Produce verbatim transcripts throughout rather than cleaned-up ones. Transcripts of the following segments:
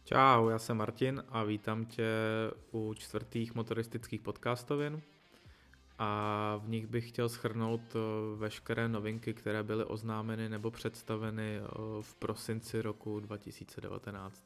Čau, já jsem Martin a vítám tě u čtvrtých motoristických podcastovin a v nich bych chtěl shrnout veškeré novinky, které byly oznámeny nebo představeny v prosinci roku dva tisíce devatenáct.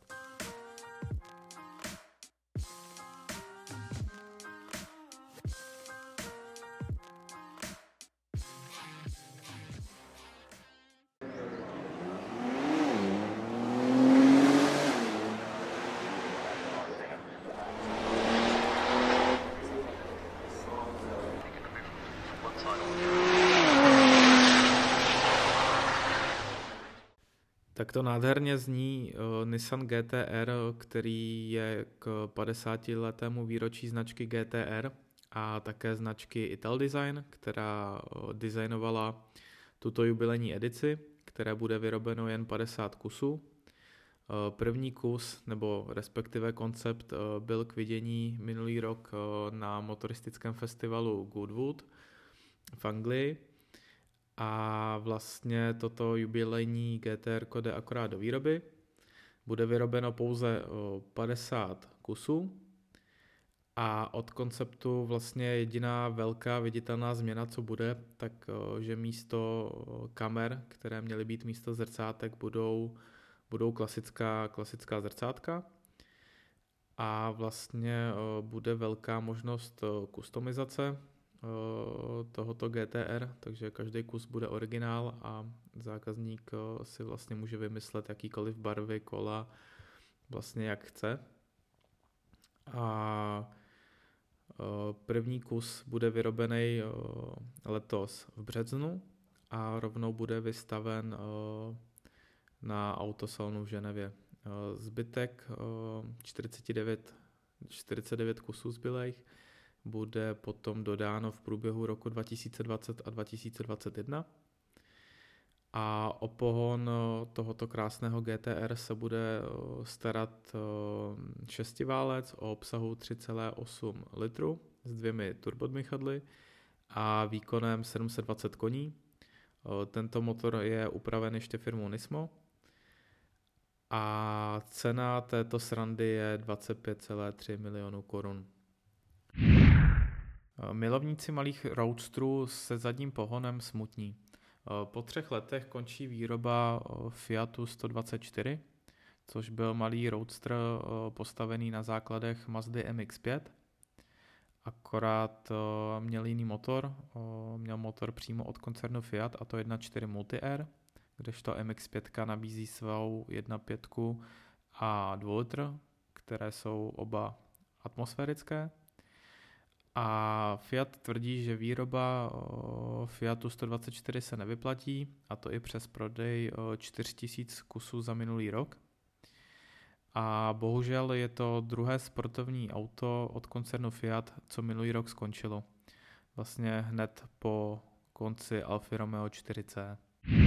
Tak to nádherně zní uh, Nissan G T R, který je k padesátiletému výročí značky G T R a také značky Italdesign, která uh, designovala tuto jubilejní edici, které bude vyrobeno jen padesát kusů. Uh, první kus, nebo respektive koncept, uh, byl k vidění minulý rok uh, na motoristickém festivalu Goodwood v Anglii. A vlastně toto jubilejní G T R jde akorát do výroby. Bude vyrobeno pouze padesát kusů a od konceptu vlastně jediná velká viditelná změna, co bude, tak že místo kamer, které měly být místo zrcátek, budou, budou klasická, klasická zrcátka. A vlastně bude velká možnost kustomizace tohoto G T R, takže každý kus bude originál a zákazník si vlastně může vymyslet jakýkoliv barvy, kola, vlastně jak chce. A první kus bude vyrobený letos v březnu a rovnou bude vystaven na autosalonu v Ženevě. Zbytek čtyřicet devět, čtyřicet devět kusů zbylejch bude potom dodáno v průběhu roku dva tisíce dvacet a dva tisíce dvacet jedna. A o pohon tohoto krásného G T R se bude starat šestiválec o obsahu tři celá osm litru s dvěmi turbodmychadly a výkonem sedm set dvacet koní. Tento motor je upraven ještě firmou Nismo a cena této srandy je dvacet pět celá tři milionu korun. Milovníci malých roadsterů se zadním pohonem smutní. Po třech letech končí výroba Fiatu sto dvacet čtyři, což byl malý roadster postavený na základech Mazdy M X pět. Akorát měl jiný motor, měl motor přímo od koncernu Fiat, a to jedna celá čtyři Multi-Air, kdežto M X pět nabízí svou jedna celá pět a dva litr, které jsou oba atmosférické. A Fiat tvrdí, že výroba Fiatu sto dvacet čtyři se nevyplatí, a to i přes prodej čtyři tisíce kusů za minulý rok. A bohužel je to druhé sportovní auto od koncernu Fiat, co minulý rok skončilo. Vlastně hned po konci Alfy Romeo čtyři C.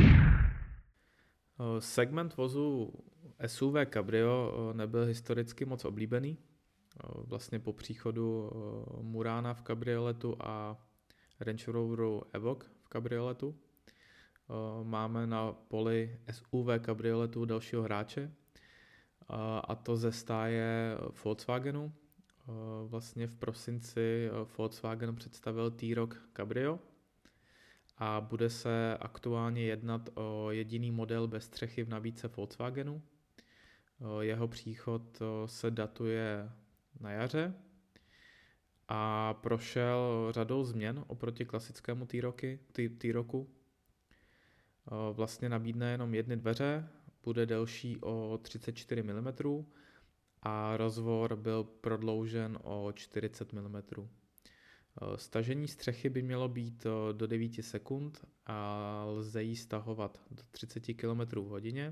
Segment vozu S U V Cabrio nebyl historicky moc oblíbený. Vlastně po příchodu Murana v kabrioletu a Range Roveru Evoque v kabrioletu máme na poli S U V kabrioletu dalšího hráče, a to ze stáje Volkswagenu. Vlastně v prosinci Volkswagen představil T-Roc Cabrio a bude se aktuálně jednat o jediný model bez střechy v nabídce Volkswagenu. Jeho příchod se datuje na jaře a prošel řadou změn oproti klasickému T-Rocu. Vlastně nabídne jenom jedny dveře, bude delší o třicet čtyři milimetrů a rozvor byl prodloužen o čtyřicet milimetrů. Stažení střechy by mělo být do devět sekund a lze ji stahovat do třicet kilometrů v hodině.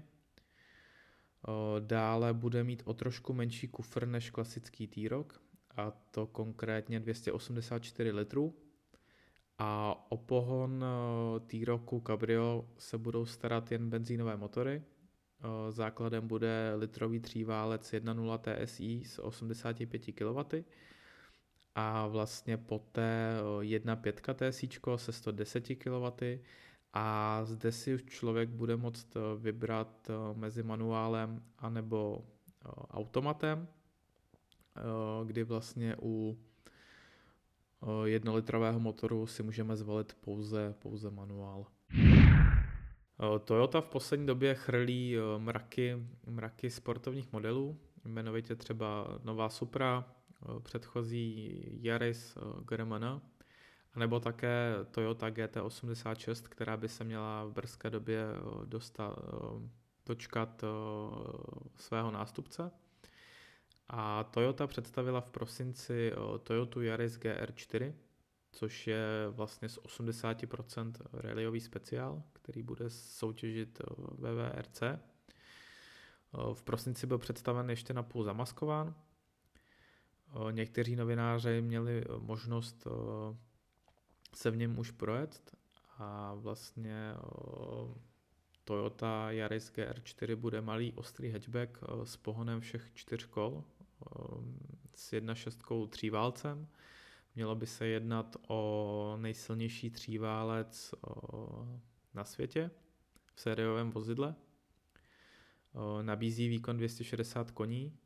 Dále bude mít o trošku menší kufr než klasický T-Roc, a to konkrétně dvě stě osmdesát čtyři litrů. A o pohon T-Rocu Cabrio se budou starat jen benzínové motory. Základem bude litrový tříválec jedna celá nula T S I s osmdesáti pěti kilowattů a vlastně poté jedna celá pět T S I se sto deseti kilowattů. A zde si už člověk bude moct vybrat mezi manuálem anebo automatem, kdy vlastně u jednolitrového motoru si můžeme zvolit pouze, pouze manuál. Toyota v poslední době chrlí mraky, mraky sportovních modelů, jmenovitě třeba nová Supra, předchozí Yaris G R M N, nebo také Toyota G T osmdesát šest, která by se měla v brzké době dostat, dočkat svého nástupce. A Toyota představila v prosinci Toyota Yaris G R čtyři, což je vlastně z osmdesát procent rallyový speciál, který bude soutěžit ve W R C. V prosinci byl představen ještě napůl zamaskován. Někteří novináři měli možnost se v něm už projet a vlastně Toyota Yaris G R čtyři bude malý ostrý hatchback s pohonem všech čtyř kol s jedna celá šest tříválcem. Mělo by se jednat o nejsilnější tříválec na světě v sériovém vozidle. Nabízí výkon dvě stě šedesát koní,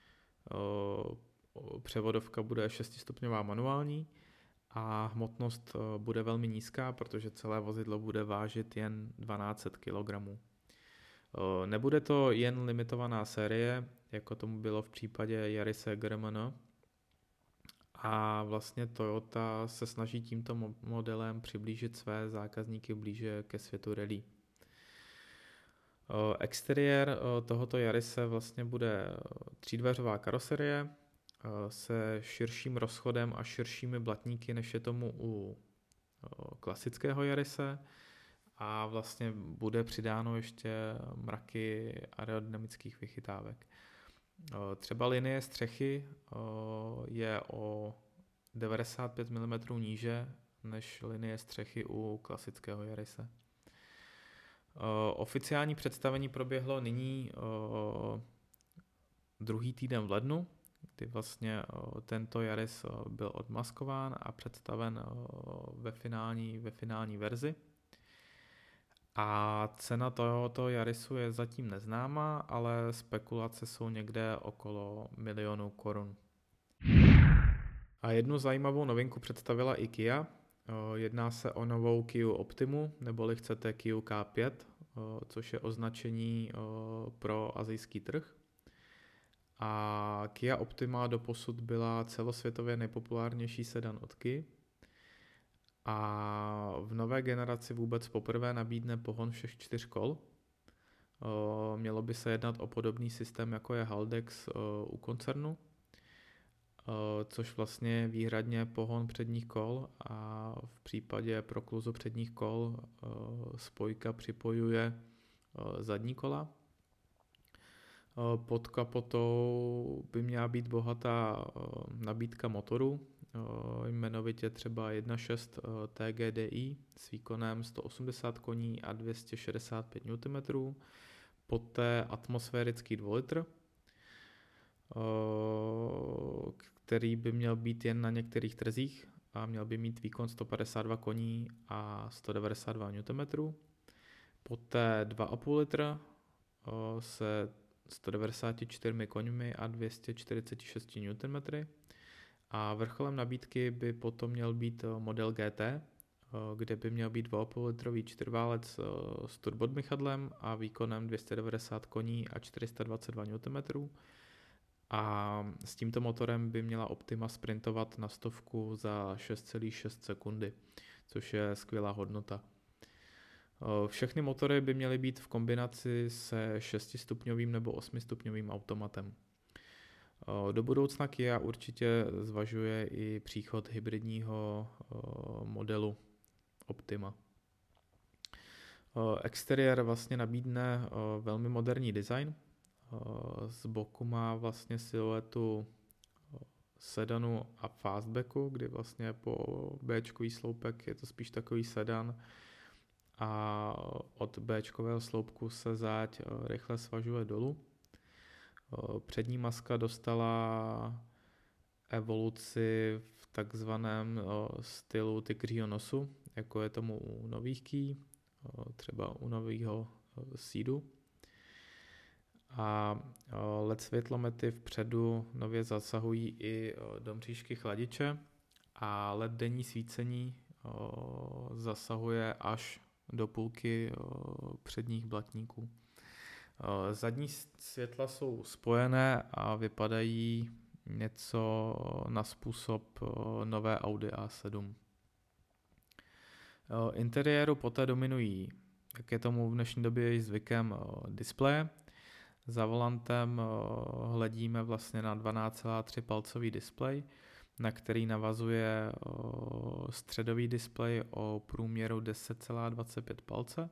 převodovka bude šestistupňová manuální a hmotnost bude velmi nízká, protože celé vozidlo bude vážit jen dvanáct set kilogramů. Nebude to jen limitovaná série, jako tomu bylo v případě Yarise G R M N, a vlastně Toyota se snaží tímto modelem přiblížit své zákazníky blíže ke světu rally. Exteriér tohoto Yarise vlastně bude třídveřová karoserie se širším rozchodem a širšími blatníky, než je tomu u klasického Yarise, a vlastně bude přidáno ještě mraky aerodynamických vychytávek. Třeba linie střechy je o devadesát pět milimetrů níže než linie střechy u klasického Yarise. Oficiální představení proběhlo nyní druhý týden v lednu, kdy vlastně tento Yaris byl odmaskován a představen ve finální, ve finální verzi. A cena tohoto Yarisu je zatím neznámá, ale spekulace jsou někde okolo milionu korun. A jednu zajímavou novinku představila i Kia. Jedná se o novou Kia Optimu, neboli chcete Kia K pět, což je označení pro asijský trh. A Kia Optima doposud byla celosvětově nejpopulárnější sedan od Kia. A v nové generaci vůbec poprvé nabídne pohon všech čtyř kol. Mělo by se jednat o podobný systém, jako je Haldex u koncernu, což vlastně je výhradně pohon předních kol, a v případě prokluzu předních kol spojka připojuje zadní kola. Pod kapotou by měla být bohatá nabídka motoru, jmenovitě třeba jedna celá šest T G D I s výkonem sto osmdesát koní a dvě stě šedesát pět newtonmetrů, poté atmosférický dva litr, který by měl být jen na některých trzích a měl by mít výkon sto padesát dva koní a sto devadesát dva newtonmetrů, poté dva a půl litr se sto devadesát čtyři koňmi a dvě stě čtyřicet šest newtonmetrů. A vrcholem nabídky by potom měl být model G T, kde by měl být dva a půl litrový čtyřválec s turbodmychadlem a výkonem dvě stě devadesát koní a čtyři sta dvacet dva newtonmetrů. A s tímto motorem by měla Optima sprintovat na stovku za šest celá šest sekundy, což je skvělá hodnota. Všechny motory by měly být v kombinaci se šestistupňovým nebo osmistupňovým automatem. Do budoucna Kia určitě zvažuje i příchod hybridního modelu Optima. Exteriér vlastně nabídne velmi moderní design. Z boku má vlastně siluetu sedanu a fastbacku, kdy vlastně po Bčkový sloupek je to spíš takový sedan a od Bčkového sloupku se záď rychle svažuje dolů. Přední maska dostala evoluci v takzvaném stylu tygřího nosu, jako je tomu u nových Kia, třeba u nového Ceedu. a L E D světlomety vpředu nově zasahují i do mřížky chladiče a L E D denní svícení zasahuje až do půlky předních blatníků. Zadní světla jsou spojené a vypadají něco na způsob nové Audi A sedm. Interiéru poté dominují, jak je tomu v dnešní době již zvykem, displeje. Za volantem hledíme vlastně na dvanáct celá tři palcový displej, na který navazuje středový displej o průměru deset celá dvacet pět palce.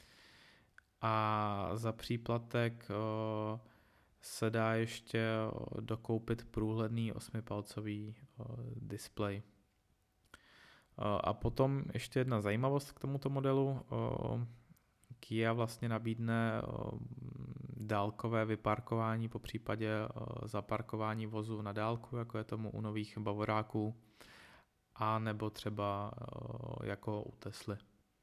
A za příplatek se dá ještě dokoupit průhledný osmipalcový displej. A potom ještě jedna zajímavost k tomuto modelu. Kia vlastně nabídne dálkové vyparkování, po případě zaparkování vozu na dálku, jako je tomu u nových Bavoráků, a nebo třeba jako u Tesly.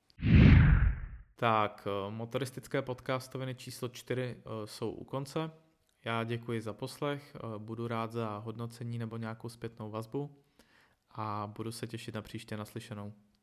Tak, motoristické podcastoviny číslo čtyři jsou u konce. Já děkuji za poslech, budu rád za hodnocení nebo nějakou zpětnou vazbu a budu se těšit na příště naslyšenou.